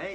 嗨，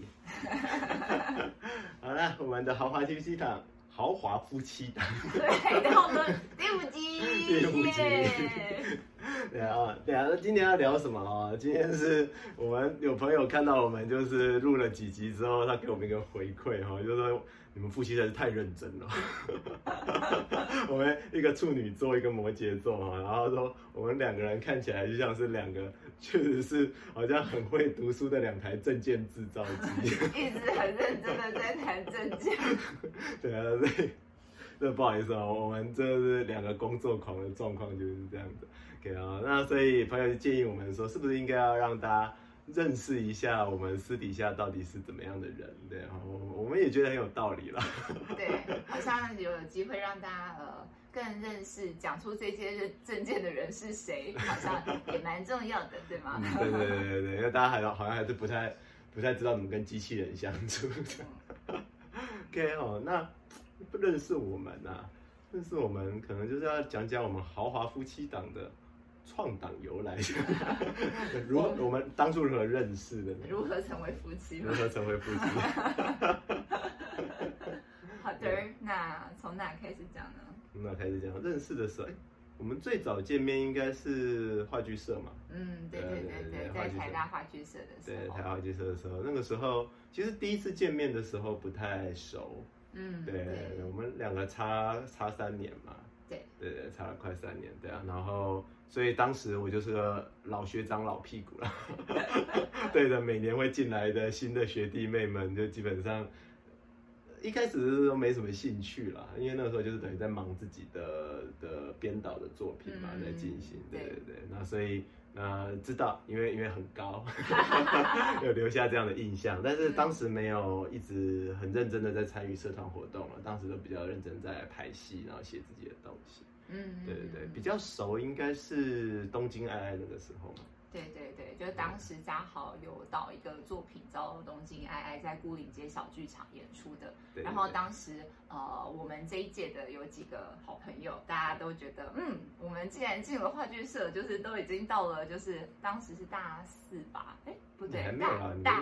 好了，我们的豪华夫妻档，豪华夫妻档， 对，然后呢，第5集， 第5集。对啊，那今天要聊什么啊？今天是我们有朋友看到我们就是录了几集之后，他给我们一个回馈哈，就是说你们夫妻真是太认真了。我们一个处女座，一个摩羯座哈，然后说我们2个人看起来就像是2个，确实是好像很会读书的2台证件制造机， 一直很认真的在谈证件。 对啊，所以这不好意思哦，我们这是2个工作狂的状况就是这样子。OK 啊，那所以朋友就建议我们说，是不是应该要让大家认识一下我们私底下到底是怎么样的人？对啊，我们也觉得很有道理啦。 对，好像有机会让大家更认识讲出这些证件的人是谁，好像也蛮重要的，对吗？ 对，因为大家好像还是不太知道怎么跟机器人相处。OK 哦，那不认识我们啊，认识我们可能就是要讲讲我们豪华夫妻档的创党由来，我们当初如何认识的呢？ 如何成为夫妻？ 如何成为夫妻？ 好的，那从哪开始讲呢？ 那开始讲认识的时候，我们最早见面应该是话剧社嘛。 对，在台大话剧社的时候。 对，台大话剧社的时候，那个时候其实第一次见面的时候不太熟。对，我们2个差3年嘛。对，差了快3年，对啊，然后所以当时我就是个老学长、老屁股了。对的，每年会进来的新的学弟妹们，就基本上一开始都没什么兴趣啦，因为那个时候就是等于在忙自己的编导的作品嘛，在进行。对，那所以知道，因为很高，有留下这样的印象，但是当时没有一直很认真的在参与社团活动了，当时都比较认真在拍戏，然后写自己的东西。对，比较熟应该是东京爱爱那个时候嘛。对， 就当时嘉豪有导一个作品叫《东京爱爱》，在牯岭街小剧场演出的。然后当时我们这一届的有几个好朋友，大家都觉得我们既然进了话剧社，就是都已经到了，就是当时是大4吧？不对，大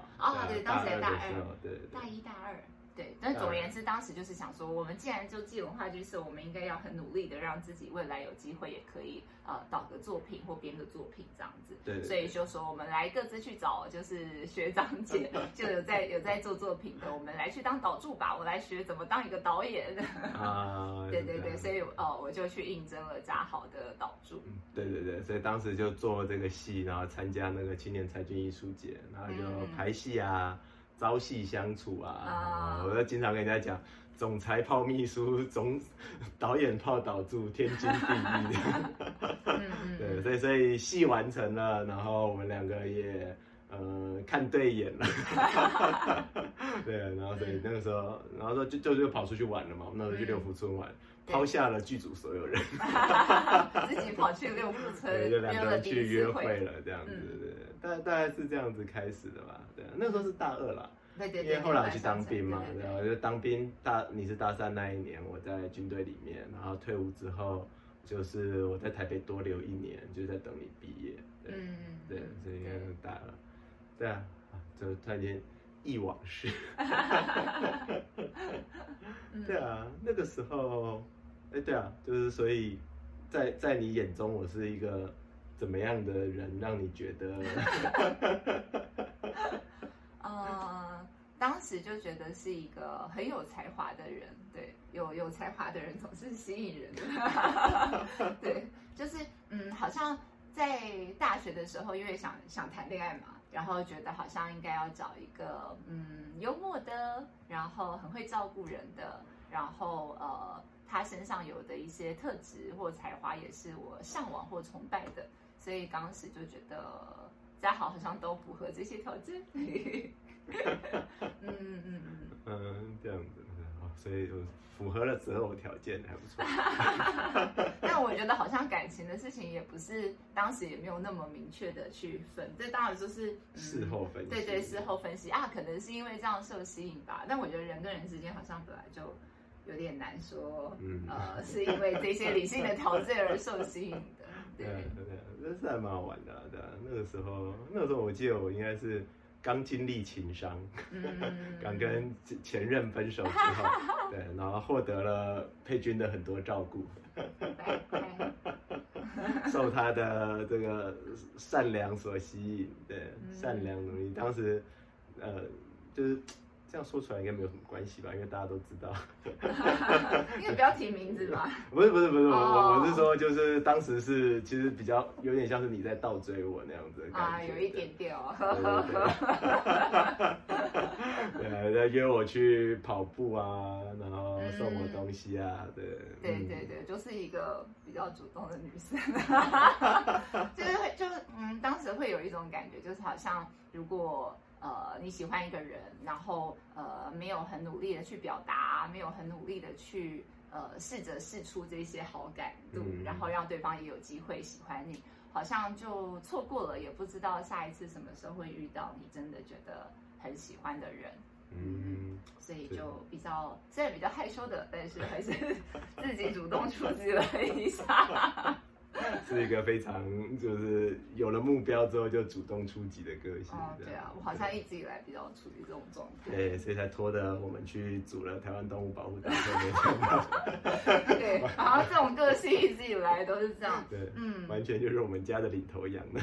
2对，当时才大2，大1、大2。对，但总而言之，当时就是想说，我们既然就进了话剧社，我们应该要很努力的让自己未来有机会也可以导个作品或编个作品这样子。对，所以就说我们来各自去找，就是学长姐就有在做作品的，我们来去当导助吧，我来学怎么当一个导演。对，所以我就去应征了嘉豪的导助。 对，所以当时就做这个戏，然后参加那个青年才俊艺术节，然后就排戏啊。朝夕相处啊，我就经常跟人家讲，总裁泡秘书，导演泡导助，天经地义。对，所以戏完成了，然后我们2个也看对眼了。对，然后所以那个时候，然后就跑出去玩了嘛，我们那时候去六福村玩，抛下了剧组所有人， 自己跑去六福村， 就2个人去约会了，这样子。大概是这样子开始的吧。对，那时候是大2啦。 对， 因为后来我去当兵嘛，然后就当兵你是大3那一年，我在军队里面，然后退伍之后，就是我在台北多留1年，就是在等你毕业。对，所以应该是大2。对啊，就突然间忆往事。对啊，那个时候，对啊，就是所以在你眼中，我是一个怎么样的人，让你觉得？ 当时就觉得是一个很有才华的人，对，有才华的人总是吸引人的。对，就是好像在大学的时候，因为想谈恋爱嘛，然后觉得好像应该要找一个幽默的，然后很会照顾人的，然后他身上有的一些特质或才华也是我向往或崇拜的，所以当时就觉得嘉豪好像都符合这些条件。 这样子，所以符合了择偶条件，还不错。 但我觉得好像感情的事情也不是当时也没有那么明确的去分，这当然就是事后分析。 对，事后分析啊，可能是因为这样受吸引吧。但我觉得人跟人之间好像本来就有点难说，是因为这些理性的条件而受吸引的。对， 那是还蛮好玩的，对啊。那个时候我记得我应该是刚经历情伤，刚跟前任分手之后，对，然后获得了佩君的很多照顾，受他的这个善良所吸引，对，善良努力，当时就是这样说出来应该没有什么关系吧，因为大家都知道。 因为不要提名字嘛。 不是，我是说，就是当时是其实比较有点像是你在倒追我那样子的感觉。 有一点点哦。 对，在约我去跑步啊，然后送我东西啊，对。 对，就是一个比较主动的女生。当时会有一种感觉，就是好像如果你喜欢一个人，然后没有很努力的去表达，没有很努力的去试着释出这些好感度，然后让对方也有机会喜欢你，好像就错过了，也不知道下一次什么时候会遇到你真的觉得很喜欢的人。所以就虽然比较害羞的，但是还是自己主动出击了一下。 是一个非常就是有了目标之后就主动出击的个性。 对啊，我好像一直以来比较处于这种状态。 对，所以才拖得我们去组了台湾动物保护大会。 对，好像这种个性一直以来都是这样。 对，完全就是我们家的领头羊了。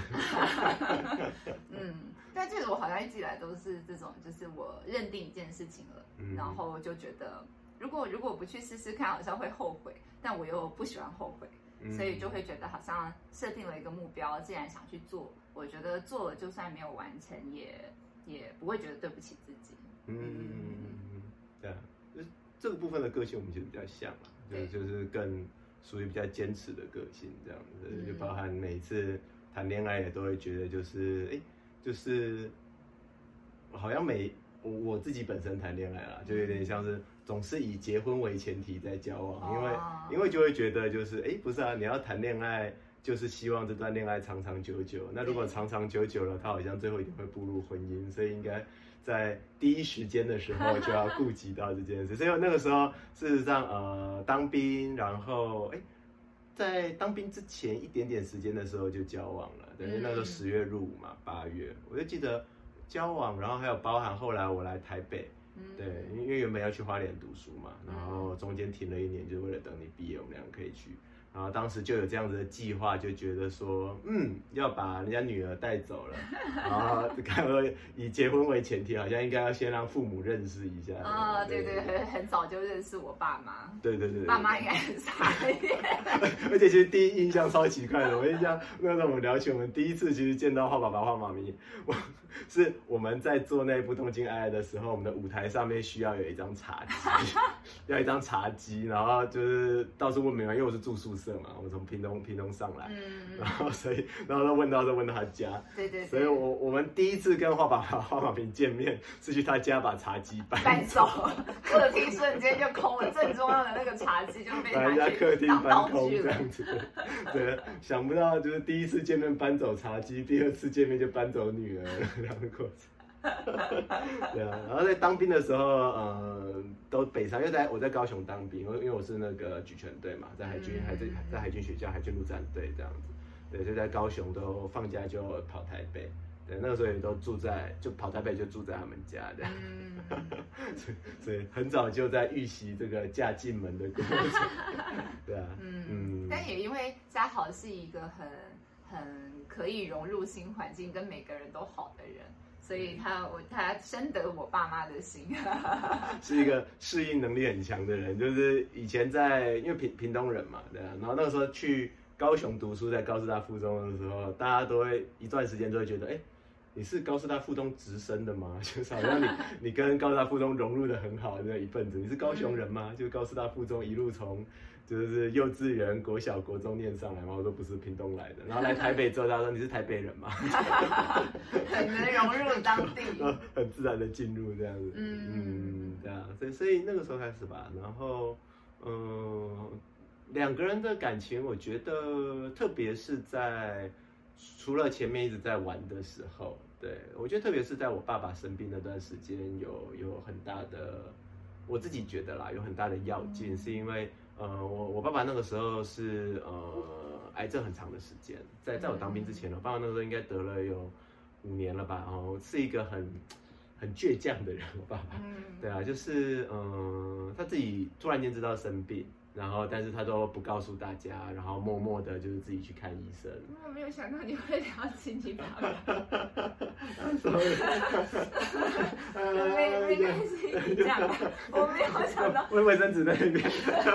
但其实我好像一直以来都是这种，就是我认定一件事情了，然后就觉得如果不去试试看，好像会后悔，但我又不喜欢后悔。所以就会觉得好像设定了一个目标，既然想去做，我觉得做了就算没有完成，也不会觉得对不起自己。 对啊，就是这个部分的个性我们其实比较像嘛，就是更属于比较坚持的个性这样子，就包含每一次谈恋爱也都会觉得就是好像我自己本身谈恋爱啦，就有点像是总是以结婚为前提在交往，因为就会觉得就是不是啊，你要谈恋爱就是希望这段恋爱长长久久，那如果长长久久了，他好像最后一定会步入婚姻，所以应该在第一时间的时候就要顾及到这件事。所以那个时候事实上当兵，然后在当兵之前一点点时间的时候就交往了，等于那时候10月入伍嘛，8月我就记得交往，然后还有包含后来我来台北，对，因为原本要去花莲读书嘛，然后中间停了1年，就是为了等你毕业，我们两个可以去。然后当时就有这样子的计划，就觉得说，要把人家女儿带走了，然后以结婚为前提，好像应该要先让父母认识一下。 对，很早就认识我爸妈。 对， 爸妈应该很傻眼。 而且其实第一印象超奇怪的，我印象那时候我们聊起我们第一次其实见到画爸爸、画妈咪，是我们在做那一部《东京爱爱》的时候，我们的舞台上面需要有一张茶几，要一张茶几，然后就是到处问每个人，因为我是住宿舍嘛，我从屏东上来，然后都问到他家， 对， 所以我们第一次跟画爸爸、画妈咪见面是去他家把茶几搬走，客厅瞬间就空了，正中央的那个茶几就被把人家客厅搬空这样子，对，想不到就是第一次见面搬走茶几，第2次见面就搬走女儿了。这样的过程，对啊，然后在当兵的时候，都北上，因为我在高雄当兵，因为我是那个举拳队嘛，在海军学校海军陆战队这样子，对，就在高雄都放假就跑台北，对，那个时候也都就跑台北就住在他们家这样，所以很早就在预习这个嫁进门的过程，对啊， 但也因为嘉豪是一个很可以融入新环境、跟每个人都好的人，所以他深得我爸妈的心。 是一个适应能力很强的人，就是以前因为屏东人嘛，对啊，然后那个时候去高雄读书，在高师大附中的时候，大家都会一段时间都会觉得，你是高师大附中直升的吗？就是好像你跟高师大附中融入的很好的一份子，你是高雄人吗？就高师大附中一路从就是幼稚园、国小、国中念上来嘛，我说不是屏东来的，然后来台北之后，他说你是台北人吗？ 很能融入当地， 很自然的进入这样子，对啊，所以那个时候开始吧，然后两个人的感情，我觉得特别是在除了前面一直在玩的时候，对，我觉得特别是在我爸爸生病那段时间，有很大的，我自己觉得啦，有很大的要劲，是因为我爸爸那个时候是癌症很长的时间，在我当兵之前，我爸爸那个时候应该得了有年了吧，是一个很倔强的人，我爸爸。对啊，就是他自己突然间知道生病，然后但是他都不告诉大家，然后默默的就是自己去看医生。 我没有想到你会聊起你爸爸。没关系，你讲吧。我没有想到。 卫生纸在那边。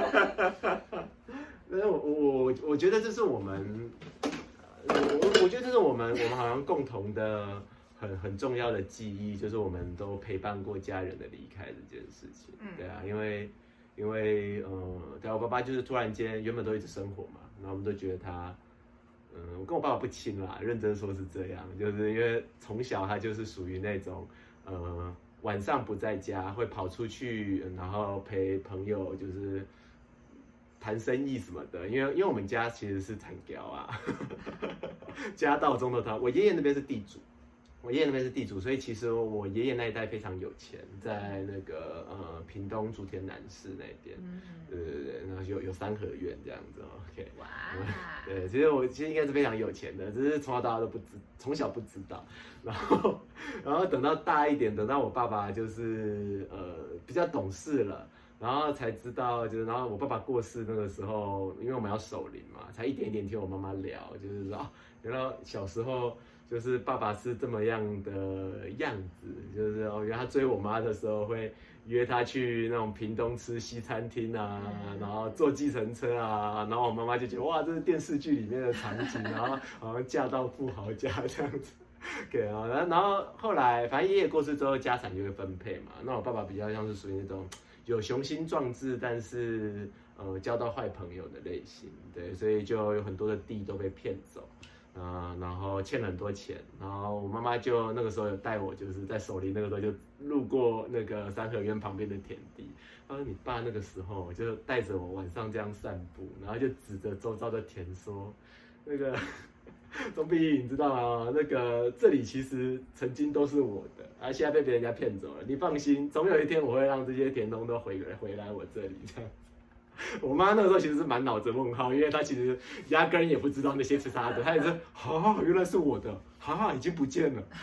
但是我觉得这是我们，我觉得这是我们好像共同的很重要的记忆，就是我们都陪伴过家人的离开这件事情。对啊，因为对啊，我爸爸就是突然间原本都一直生活嘛，然后我们都觉得他，我跟我爸爸不亲啦，认真说是这样，就是因为从小他就是属于那种晚上不在家会跑出去，然后陪朋友就是谈生意什么的，因为我们家其实是产寮啊，家道中的他，我爷爷那边是地主，所以其实我爷爷那一代非常有钱，在那个屏东竹田南市那边，对，然后有3合院这样子 ，OK， 哇，对，其实应该是非常有钱的，只是从小到大从小不知道，然后等到大一点，等到我爸爸就是比较懂事了。然后才知道，然后我爸爸过世那个时候，因为我们要守灵嘛，才一点一点听我妈妈聊，就是说原来小时候就是爸爸是这么样的样子，就是原来他追我妈的时候会约她去那种屏东吃西餐厅啊，然后坐计程车啊，然后我妈妈就觉得哇，这是电视剧里面的场景，然后好像嫁到富豪家这样子。对啊，然后后来反正爷爷过世之后，家产就会分配嘛。那我爸爸比较像是属于那种有雄心壮志，但是交到坏朋友的类型，对，所以就有很多的地都被骗走，然后欠了很多钱，然后我妈妈就那个时候有带我，就是在守灵那个时候就路过那个3合院旁边的田地，他说你爸那个时候就带着我晚上这样散步，然后就指着周遭的田说，那个。钟碧玉，你知道吗？那个这里其实曾经都是我的，现在被别人家骗走了。你放心，总有一天我会让这些田东都回来我这里。这样，我妈那个时候其实是满脑子问号，因为她其实压根也不知道那些是她的，她也是原来是我的，已经不见了。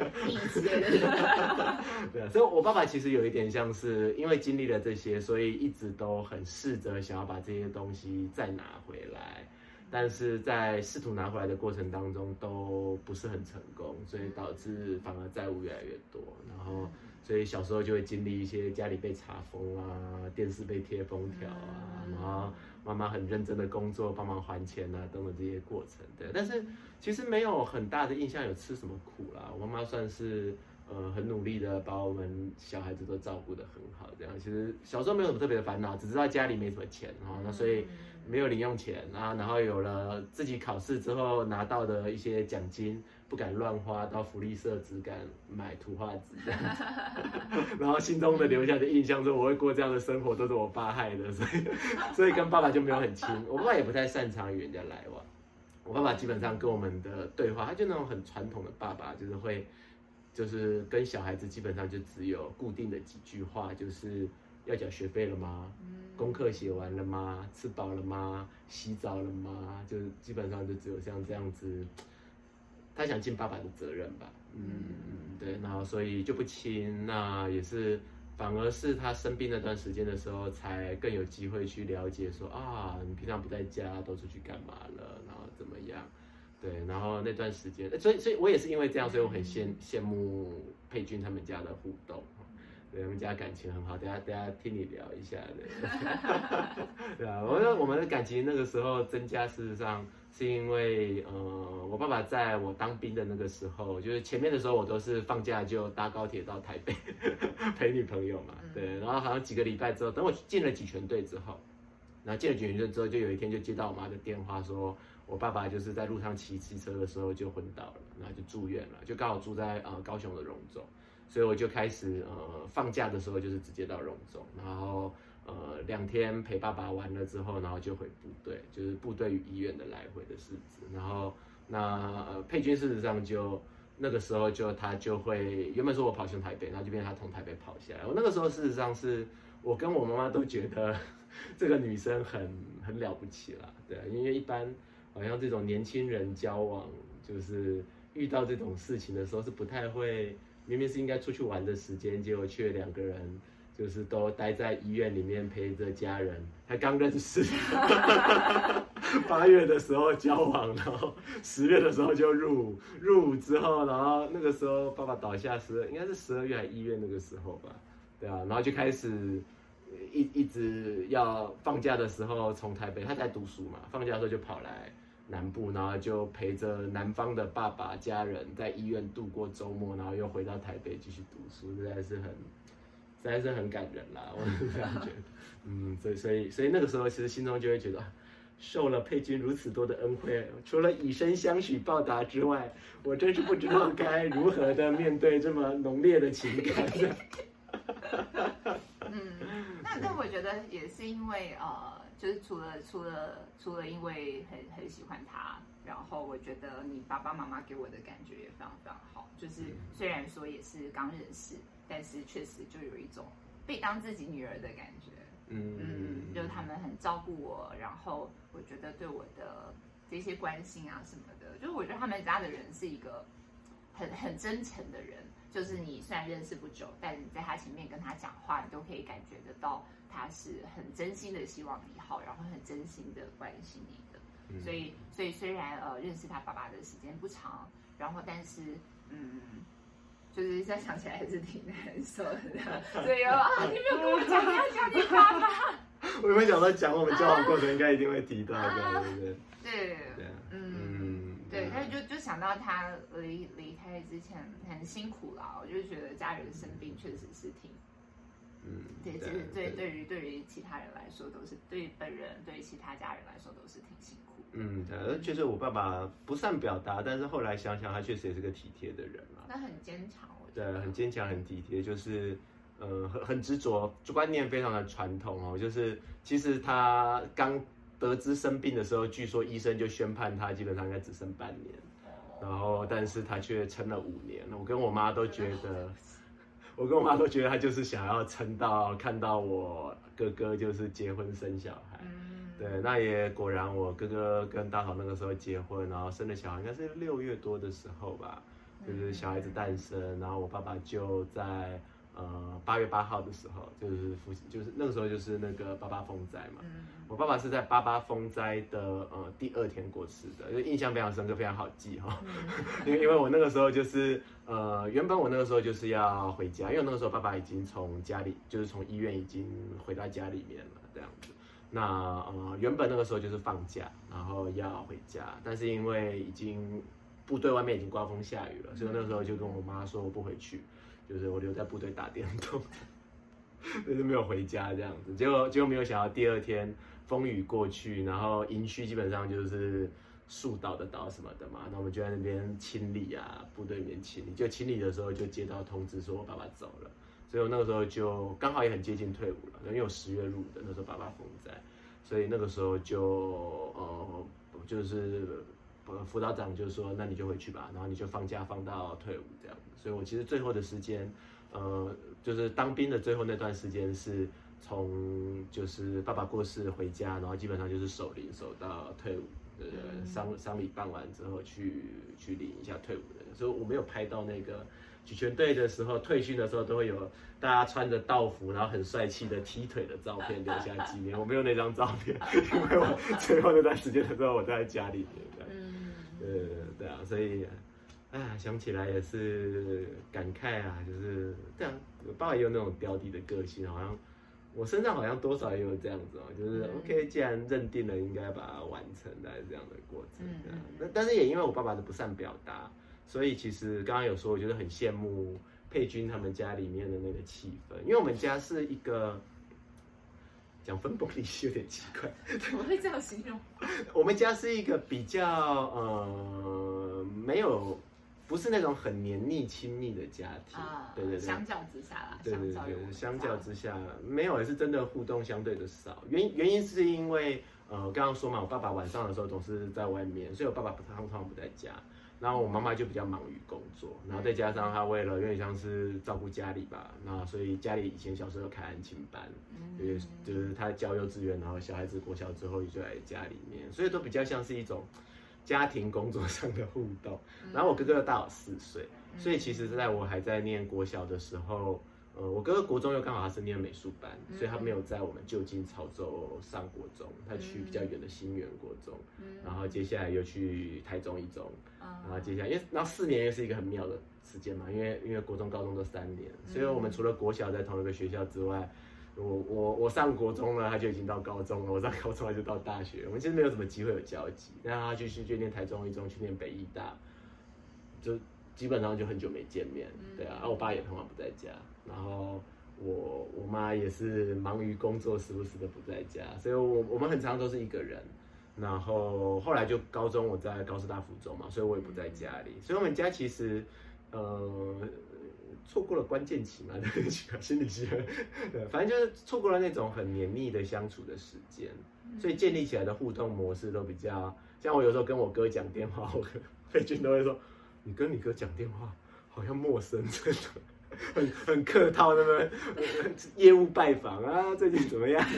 对啊，所以我爸爸其实有一点像是因为经历了这些，所以一直都很试着想要把这些东西再拿回来。但是在试图拿回来的过程当中都不是很成功，所以导致反而债务越来越多，然后所以小时候就会经历一些家里被查封啊，电视被贴封条啊，然后妈妈很认真的工作帮忙还钱啊等等这些过程，对，但是其实没有很大的印象有吃什么苦啦，我妈妈算是很努力的把我们小孩子都照顾得很好，这样其实小时候没有什么特别的烦恼，只知道家里没什么钱哈，那所以没有零用钱啊，然后有了自己考试之后拿到的一些奖金，不敢乱花，到福利社只敢买图画纸这样子，然后心中的留下的印象说我会过这样的生活都是我爸害的，所以跟爸爸就没有很亲，我爸爸也不太擅长与人家来往，我爸爸基本上跟我们的对话，他就那种很传统的爸爸，就是跟小孩子基本上就只有固定的几句话，就是要缴学费了吗？功课写完了吗？吃饱了吗？洗澡了吗？就是基本上就只有像这样子，他想尽爸爸的责任吧，对，然后所以就不亲，那也是反而是他生病那段时间的时候，才更有机会去了解说你平常不在家，都出去干嘛了，然后怎么样？对，然后那段时间，所以我也是因为这样，所以我很羡慕佩君他们家的互动。对，他们家感情很好，等下听你聊一下的。对啊，我觉得我们的感情那个时候增加，事实上是因为我爸爸在我当兵的那个时候，就是前面的时候我都是放假就搭高铁到台北陪女朋友嘛，对，然后好像几个礼拜之后，等我进了警权队之后，然后进了警权队之后，就有一天就接到我妈的电话说，我爸爸就是在路上骑车的时候就昏倒了，然后就住院了，就刚好住在高雄的荣总。所以我就开始放假的时候就是直接到荣总，然后2天陪爸爸完了之后，然后就回部队，就是部队与医院的来回的日子。然后佩君事实上就那个时候他就会原本说我跑向台北，然后就变成他从台北跑下来。我那个时候事实上是我跟我妈妈都觉得这个女生很了不起啦，对啊，因为一般好像这种年轻人交往就是遇到这种事情的时候是不太会，明明是应该出去玩的时间，结果却2个人就是都待在医院里面陪着家人，还刚认识，8月的时候交往，然后10月的时候就入伍之后，然后那个时候爸爸倒下应该是12月还1月那个时候吧，对啊，然后就开始一直要放假的时候从台北，他在读书嘛，放假的时候就跑来南部，然后就陪着南方的爸爸家人在医院度过周末，然后又回到台北继续读书，实在是很感人啦，我是这样觉得。所以那个时候其实心中就会觉得，受了佩君如此多的恩惠，除了以身相许报答之外，我真是不知道该如何的面对这么浓烈的情感。 那我觉得也是因为就是除了因为很喜欢他，然后我觉得你爸爸妈妈给我的感觉也非常非常好，就是虽然说也是刚认识，但是确实就有一种被当自己女儿的感觉。就是他们很照顾我，然后我觉得对我的这些关心啊什么的，就是我觉得他们家的人是一个很真诚的人。就是你虽然认识不久，但你在他前面跟他讲话，你都可以感觉得到他是很真心的希望你好，然后很真心的关心你的。所以虽然认识他爸爸的时间不长，然后但是就是现在想起来还是挺难受的。所以你没有跟我讲你要讲你爸爸。 我有没有想到讲我们交往过程应该一定会提到的，对不对？ 对，对，但是就想到他离开之前很辛苦啦，我就觉得家人生病确实是挺，对，其实对于其他人来说都是，对于本人对于其他家人来说都是挺辛苦。 对，确实我爸爸不善表达，但是后来想想他确实也是个体贴的人啦。 他很坚强，我觉得。 对，很坚强，很体贴，就是很执着，观念非常的传统哦。就是其实他刚得知生病的时候，据说医生就宣判他基本上应该只剩半年，然后但是他却撑了5年。我跟我妈都觉得他就是想要撑到看到我哥哥就是结婚生小孩。对，那也果然我哥哥跟大头那个时候结婚，然后生了小孩，应该是6月多的时候吧，就是小孩子诞生，然后我爸爸就在8月8号的时候，就是那个时候就是那个88风灾嘛。我爸爸是在88风灾的第2天过世的，就印象非常深刻，非常好记哈。因为我那个时候就是原本我那个时候就是要回家，因为我那个时候爸爸已经从家里就是从医院已经回到家里面了这样子。那原本那个时候就是放假，然后要回家，但是因为已经部队外面已经刮风下雨了，所以我那个时候就跟我妈说我不回去。就是我留在部队打电动，就是没有回家这样子。结果没有想到第2天风雨过去，然后营区基本上就是树倒的倒什么的嘛，那我们就在那边清理啊，部队里面清理。就清理的时候就接到通知说我爸爸走了，所以我那个时候就刚好也很接近退伍了，因为我10月入的，那时候88风灾，所以那个时候就是辅导长就说那你就回去吧，然后你就放假放到退伍这样。所以我其实最后的时间，就是当兵的最后那段时间是从就是爸爸过世回家，然后基本上就是守灵守到退伍，丧礼办完之后去领一下退伍的。所以我没有拍到那个举拳队的时候退训的时候都会有大家穿着道服，然后很帅气的踢腿的照片留下纪念。我没有那张照片，因为我最后那段时间的时候我在家里面，对啊，所以。想起来也是感慨啊，就是对啊，我爸爸也有那种刁滴的个性，好像我身上好像多少也有这样子哦，就是 OK， 既然认定了，应该把它完成，大概这样的过程。但是也因为我爸爸的不善表达，所以其实刚刚有说，我觉得很羡慕佩君他们家里面的那个气氛，因为我们家是一个讲分崩离析有点奇怪， 怎么会这样形容？ 我们家是一个比较没有。不是那种很黏腻亲密的家庭，对， 相较之下啦， 对，相较之下没有，也是真的互动相对的少。原因是因为刚刚说嘛，我爸爸晚上的时候总是在外面，所以我爸爸通常不在家，然后我妈妈就比较忙于工作，然后再加上她为了有点像是照顾家里吧，那所以家里以前小时候开安亲班，就是她教幼稚园，然后小孩子国小之后就在家里面，所以都比较像是一种家庭工作上的互动。然后我哥哥大我4岁，所以其实在我还在念国小的时候，我哥哥国中又刚好他是念美术班，所以他没有在我们就近潮州上国中，他去比较远的新园国中，然后接下来又去台中一中，然后接下来然后4年又是一个很妙的时间嘛，因为国中高中都3年，所以我们除了国小在同一个学校之外，我上国中了，他就已经到高中了；我上高中他就到大学，我们其实没有什么机会有交集。然后他去念台中一中，去念北艺大，就基本上就很久没见面。对啊，我爸也通常不在家，然后我妈也是忙于工作，时不时的不在家，所以我们很常都是一个人。然后后来就高中我在高师大附中嘛，所以我也不在家里，所以我们家其实错过了关键期嘛，对，心理系，对，反正就是错过了那种很黏密的相处的时间，所以建立起来的互动模式都比较像我有时候跟我哥讲电话，我跟佩君都会说，你跟你哥讲电话好像陌生，真的很客套，对不对？业务拜访啊，最近怎么样？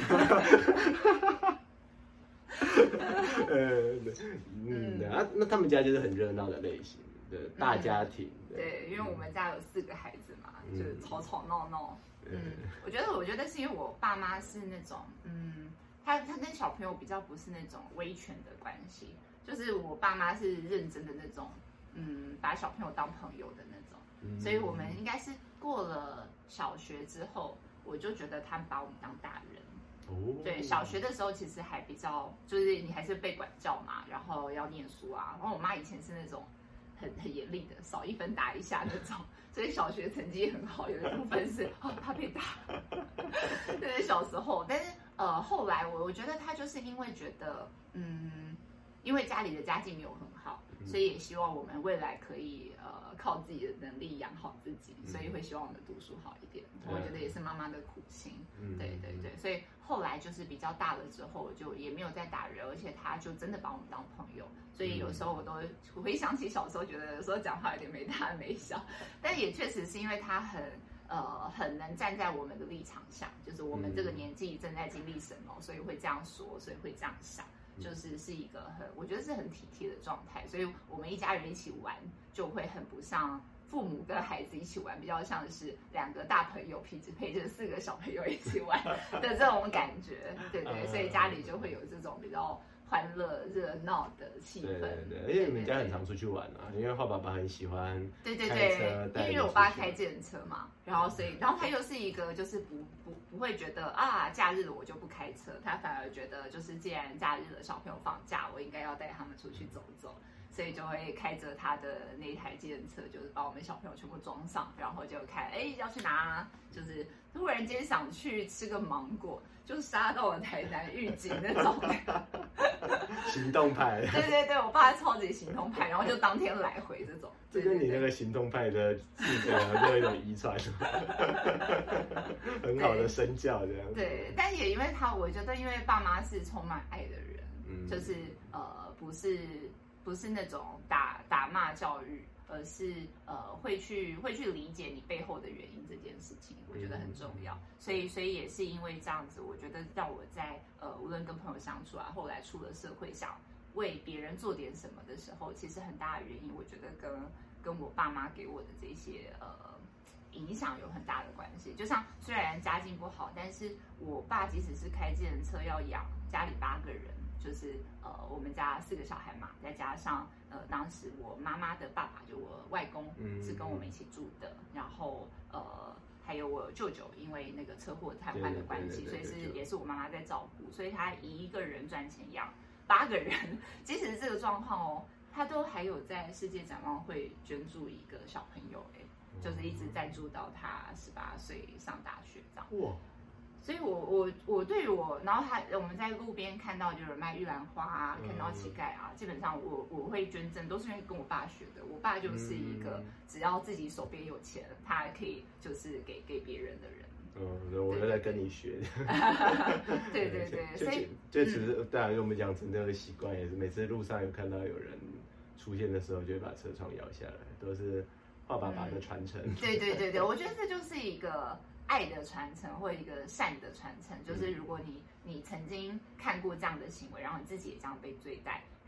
那他们家就是很热闹的类型的大家庭。 对，因为我们家有4个孩子嘛，就是吵吵闹闹。我觉得是因为我爸妈是那种，他跟小朋友比较不是那种威权的关系，就是我爸妈是认真的那种，把小朋友当朋友的那种，所以我们应该是过了小学之后，我就觉得他们把我们当大人。对，小学的时候其实还比较，就是你还是被管教嘛，然后要念书啊。然后我妈以前是那种很严厉的，少1分打1下那种，所以小学成绩很好，有一部分是怕被打。对，小时候，但是后来我觉得他就是因为觉得，因为家里的家境没有很好，所以也希望我们未来可以靠自己的能力养好自己，所以会希望我们读书好一点。我觉得也是妈妈的苦心。对，所以后来就是比较大了之后，就也没有再打人，而且他就真的把我们当朋友。所以有时候我回想起小时候，觉得有时候讲话有点没大没小，但也确实是因为他很能站在我们的立场下，就是我们这个年纪正在经历什么，所以会这样说，所以会这样想。是一个我觉得是很体贴的状态，所以我们一家人一起玩就会很不像父母跟孩子一起玩，比较像是2个大朋友陪着4个小朋友一起玩的这种感觉，对，所以家里就会有这种比较欢乐热闹的气氛。 对，而且你们家很常出去玩啊，因为浩爸爸很喜欢开车，因为我爸开计程车嘛，然后他又是一个就是不会觉得假日了我就不开车，他反而觉得就是既然假日了小朋友放假，我应该要带他们出去走走，所以就会开着他的那一台计程车，就是把我们小朋友全部装上，然后就看要去哪，就是突然间想去吃个芒果，就杀到了台南玉井那种行动派。 对，我爸超级行动派，然后就当天来回这种。 这跟你那个行动派的性格就有一种遗传，很好的身教这样。 对，但也因为我觉得因为爸妈是充满爱的人，就是不是那种打骂教育，而是会去理解你背后的原因这件事情，我觉得很重要。所以也是因为这样子，我觉得让我在无论跟朋友相处啊，后来出了社会想为别人做点什么的时候，其实很大的原因，我觉得跟我爸妈给我的这些影响有很大的关系。就像虽然家境不好，但是我爸即使是开计程车要养家里8个人，就是我们家4个小孩嘛，再加上当时我妈妈的爸爸就我外公是跟我们一起住的，然后还有我舅舅因为那个车祸瘫痪的关系，所以也是我妈妈在照顾，所以他一个人赚钱养8个人，即使是这个状况他都还有在世界展望会捐助一个小朋友就是一直赞助到他18岁上大学这样。哇！所以我对于然后我们在路边看到就有人卖玉兰花啊，看到乞丐啊，基本上我会捐赠，都是因为跟我爸学的。我爸就是一个只要自己手边有钱，他还可以就是给别人的人。 我就在跟你学。 对，所以就其实当然我们养成这个习惯，也是每次路上有看到有人出现的时候，就会把车窗摇下来，都是爸爸的传承。 对，我觉得这就是一个爱的传承或一个善的传承，就是如果你曾经看过这样的行为，然后你自己也这样被对待，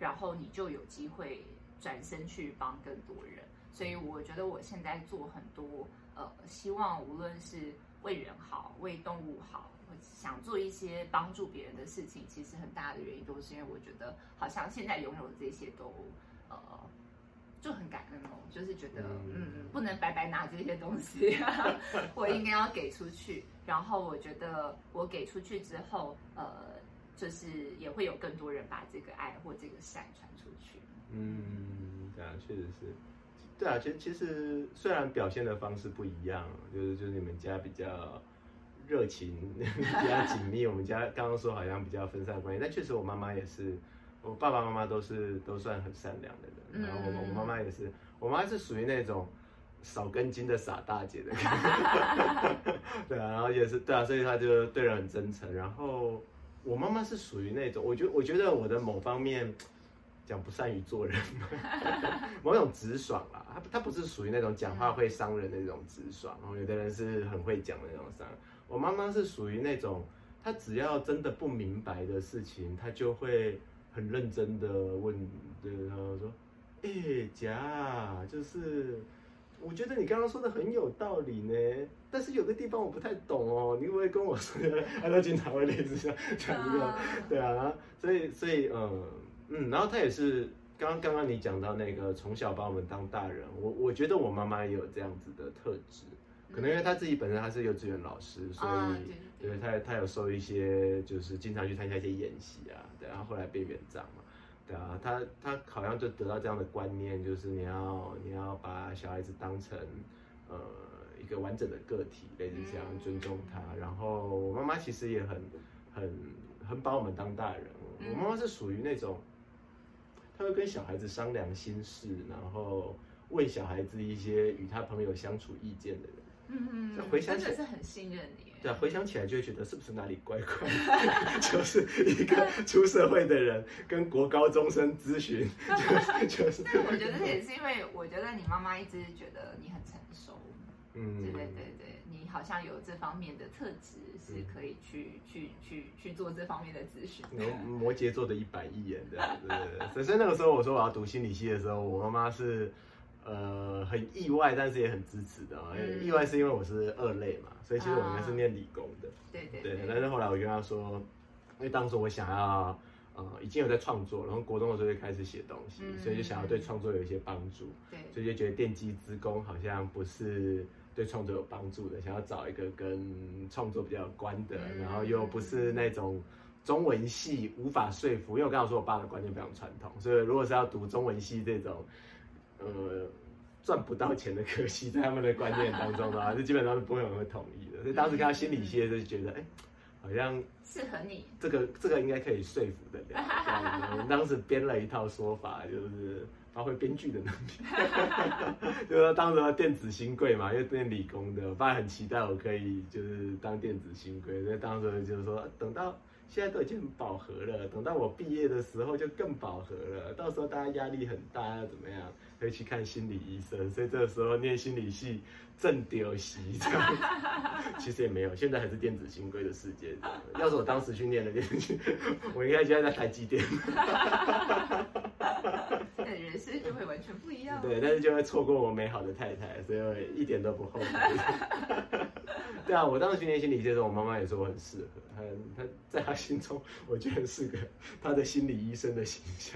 然后你就有机会转身去帮更多人。所以我觉得我现在做很多希望无论是为人好、为动物好，或想做一些帮助别人的事情，其实很大的原因都是因为我觉得好像现在拥有的这些都就很感恩哦，就是觉得不能白白拿这些东西，我应该要给出去。然后我觉得我给出去之后，就是也会有更多人把这个爱或这个善传出去。 对啊，确实是。对啊，其实虽然表现的方式不一样，就是你们家比较热情，比较紧密，我们家刚刚说好像比较分散关系，但确实我妈妈也是，我爸爸妈妈都算很善良的人，然后我妈妈也是，我妈是属于那种少根筋的傻大姐的，对啊，然后也是对啊，所以她就对人很真诚。然后我妈妈是属于那种，我觉得我的某方面。讲不善于做人，某种直爽啦。他不是属于那种讲话会伤人的那种直爽，然后有的人是很会讲的那种伤。我妈妈是属于那种，她只要真的不明白的事情，她就会很认真的问，然后说：“贾，就是我觉得你刚刚说的很有道理呢，但是有个地方我不太懂哦，你可不可以跟我说？”他经常会类似像这个，对啊，所以然后他也是刚刚你讲到那个从小把我们当大人，我觉得我妈妈也有这样子的特质，可能因为她自己本身她是幼稚园老师，所以对她有受一些就是经常去参加一些演习啊，对，然后后来变园长嘛，对啊，她好像就得到这样的观念，就是你要把小孩子当成一个完整的个体，类似这样尊重他。然后我妈妈其实也很把我们当大人，我妈妈是属于那种。他会跟小孩子商量心事，然后问小孩子一些与他朋友相处意见的人。回想起来真的是很信任你。 对，回想起来就会觉得是不是哪里怪怪的，就是一个出社会的人跟国高中生咨询，就是。 但我觉得也是因为我觉得你妈妈一直觉得你很成熟。对，你好像有这方面的特质，是可以去做这方面的咨询。 摩羯座的110眼，对。所以那个时候我说我要读心理系的时候，我妈妈是很意外，但是也很支持的。意外是因为我是2类嘛，所以其实我应该是念理工的。对。但是后来我跟她说，因为当时我想要已经有在创作，然后国中的时候就开始写东西，所以就想要对创作有一些帮助。对。所以就觉得电机资工好像不是。对创作有帮助的，想要找一个跟创作比较有关的，然后又不是那种中文系无法说服，因为我刚刚说我爸的观念非常传统，所以如果是要读中文系这种，赚不到钱的科系，在他们的观念当中的话，就基本上是不会有人会同意的。所以当时看到心理系的就觉得，好像适合你， 这个应该可以说服得了。我们当时编了一套说法，就是发挥编剧的能力，就是当时电子新贵嘛，因为念理工的，我爸很期待我可以就是当电子新贵，所以当时就是说，等到现在都已经很饱和了，等到我毕业的时候就更饱和了，到时候大家压力很大，要怎么样，可以去看心理医生，所以这个时候念心理系正丢席这样，其实也没有，现在还是电子新贵的世界。要是我当时去念了电子，我应该现在在台积电。 人生就会完全不一样。 对，但是就会错过我美好的太太，所以我一点都不后悔。对啊，我当时去念心理系的时候，我妈妈也说我很适合，她在她心中，我觉得是个她的心理医生的形象。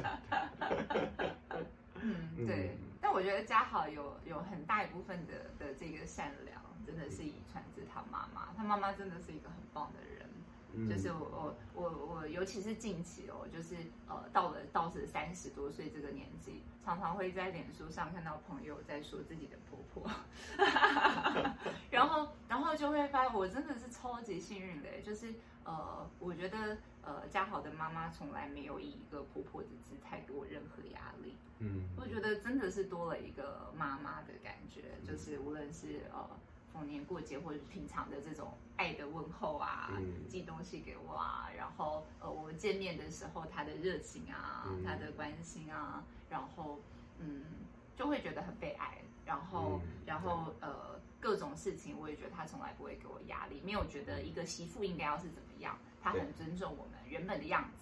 对。但我觉得嘉豪有很大一部分的这个善良，真的是遗传自他妈妈。他妈妈真的是一个很棒的人。就是我尤其是近期就是到了30多岁这个年纪，常常会在脸书上看到朋友在说自己的婆婆，然后就会发现我真的是超级幸运的，就是我觉得嘉豪的妈妈从来没有以一个婆婆的姿态给我任何压力，我觉得真的是多了一个妈妈的感觉，就是无论是逢年过节或者平常的这种爱的问候啊，寄东西给我啊，然后我们见面的时候他的热情啊，他的关心啊，然后就会觉得很被爱，然后各种事情我也觉得他从来不会给我压力，没有觉得一个媳妇应该要是怎么样，他很尊重我们原本的样子，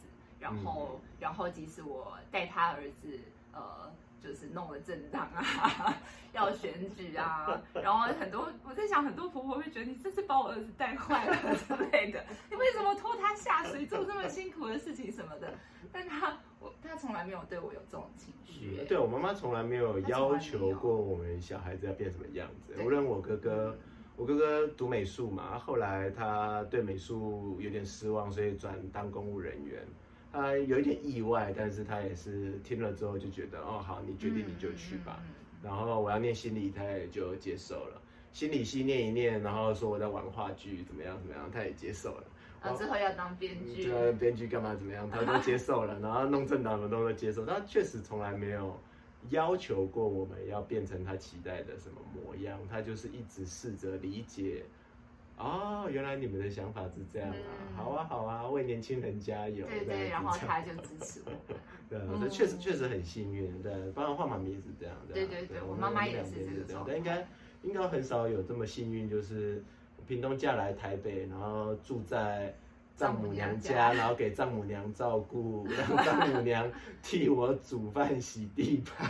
然后即使我带他儿子就是弄了政党啊，要选举啊，然后我在想很多婆婆会觉得你这是把我儿子带坏了之类的，你为什么拖他下水做这么辛苦的事情什么的？但他从来没有对我有这种情绪。 对，我妈妈从来没有要求过我们小孩子要变什么样子。无论我哥哥读美术嘛，后来他对美术有点失望，所以转当公务人员。他有一点意外，但是他也是听了之后就觉得，哦，好，你决定你就去吧。然后我要念心理，他也就接受了。心理系念一念，然后说我在玩话剧，怎么样，他也接受了。 之后要当编剧， 编剧干嘛怎么样，他都接受了。然后弄政党的都接受，他确实从来没有要求过我们要变成他期待的什么模样，他就是一直试着理解。哦，原来你们的想法是这样啊！好啊，为年轻人加油！ 对，然后他就支持我。 对，这确实很幸运，对，包括换妈咪也是这样的。 对，我妈妈也是这个状态。 但应该很少有这么幸运，就是屏东嫁来台北，然后住在丈母娘家，然后给丈母娘照顾，让丈母娘替我煮饭、洗地板。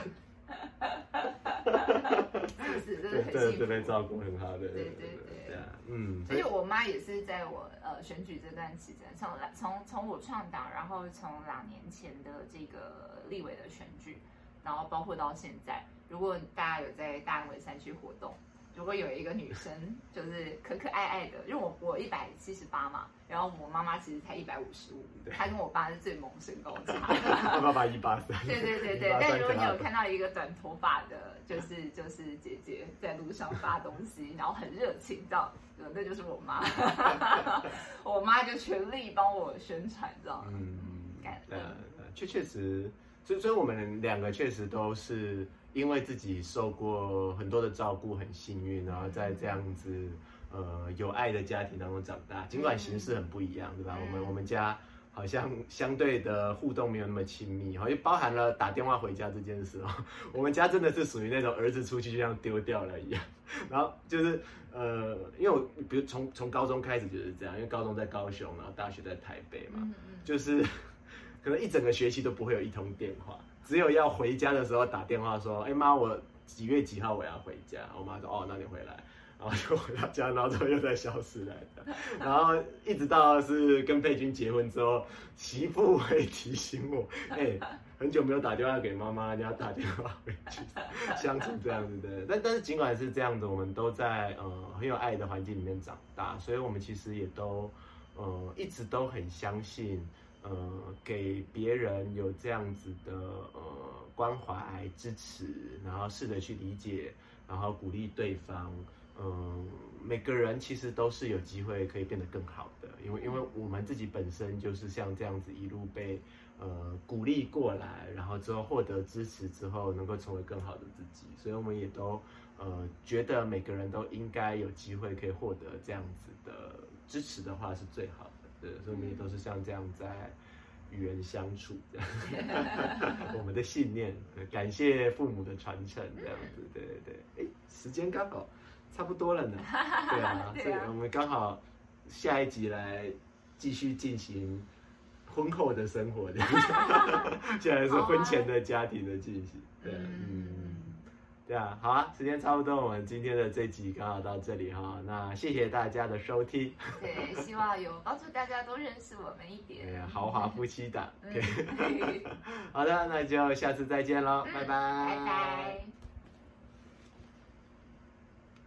是，真的很幸福。 对，被照顾很好的。对， 而且我妈也是在我选举这段期间，从我创党，然后从2年前的这个立委的选举，然后包括到现在，如果大家有在大安文山区活动，如果有一个女生就是可爱爱的，因为我178嘛，然后我妈妈其实才155，她跟我爸是最萌身高差。 我爸爸183。 对，但如果你有看到一个短头发的，就是姐姐在路上发东西，然后很热情，知道？那就是我妈。我妈就全力帮我宣传，知道吗？ 确实，所以我们2个确实都是因为自己受过很多的照顾，很幸运，然后在这样子有爱的家庭当中长大。尽管形式很不一样，对吧？我们家好像相对的互动没有那么亲密，好像包含了打电话回家这件事哦。我们家真的是属于那种儿子出去就像丢掉了一样，然后就是因为我比如从高中开始就是这样，因为高中在高雄，然后大学在台北嘛，就是可能一整个学期都不会有一通电话，只有要回家的时候打电话说，哎妈，我几月几号我要回家，我妈说哦，那你回来。然后就回到家，然后之后又再消失了，然后一直到是跟佩君结婚之后，媳妇会提醒我，很久没有打电话给妈妈，你要打电话回去相处这样子的。但是尽管是这样子，我们都在很有爱的环境里面长大，所以我们其实也都一直都很相信，给别人有这样子的关怀支持，然后试着去理解，然后鼓励对方。每个人其实都是有机会可以变得更好的，因为我们自己本身就是像这样子一路被鼓励过来，然后之后获得支持之后，能够成为更好的自己，所以我们也都觉得每个人都应该有机会可以获得这样子的支持的话是最好的，对，所以我们也都是像这样在与人相处这样我们的信念，感谢父母的传承这样子，对，时间刚好差不多了呢，对啊，所以我们刚好下一集来继续进行婚后的生活，这样子，现在是婚前的家庭的进行，对，对啊，好啊，时间差不多，我们今天的这集刚好到这里哈，那谢谢大家的收听， 对，希望有帮助大家多认识我们一点， 对，豪华夫妻档，好的，那就下次再见喽，拜拜， 拜拜。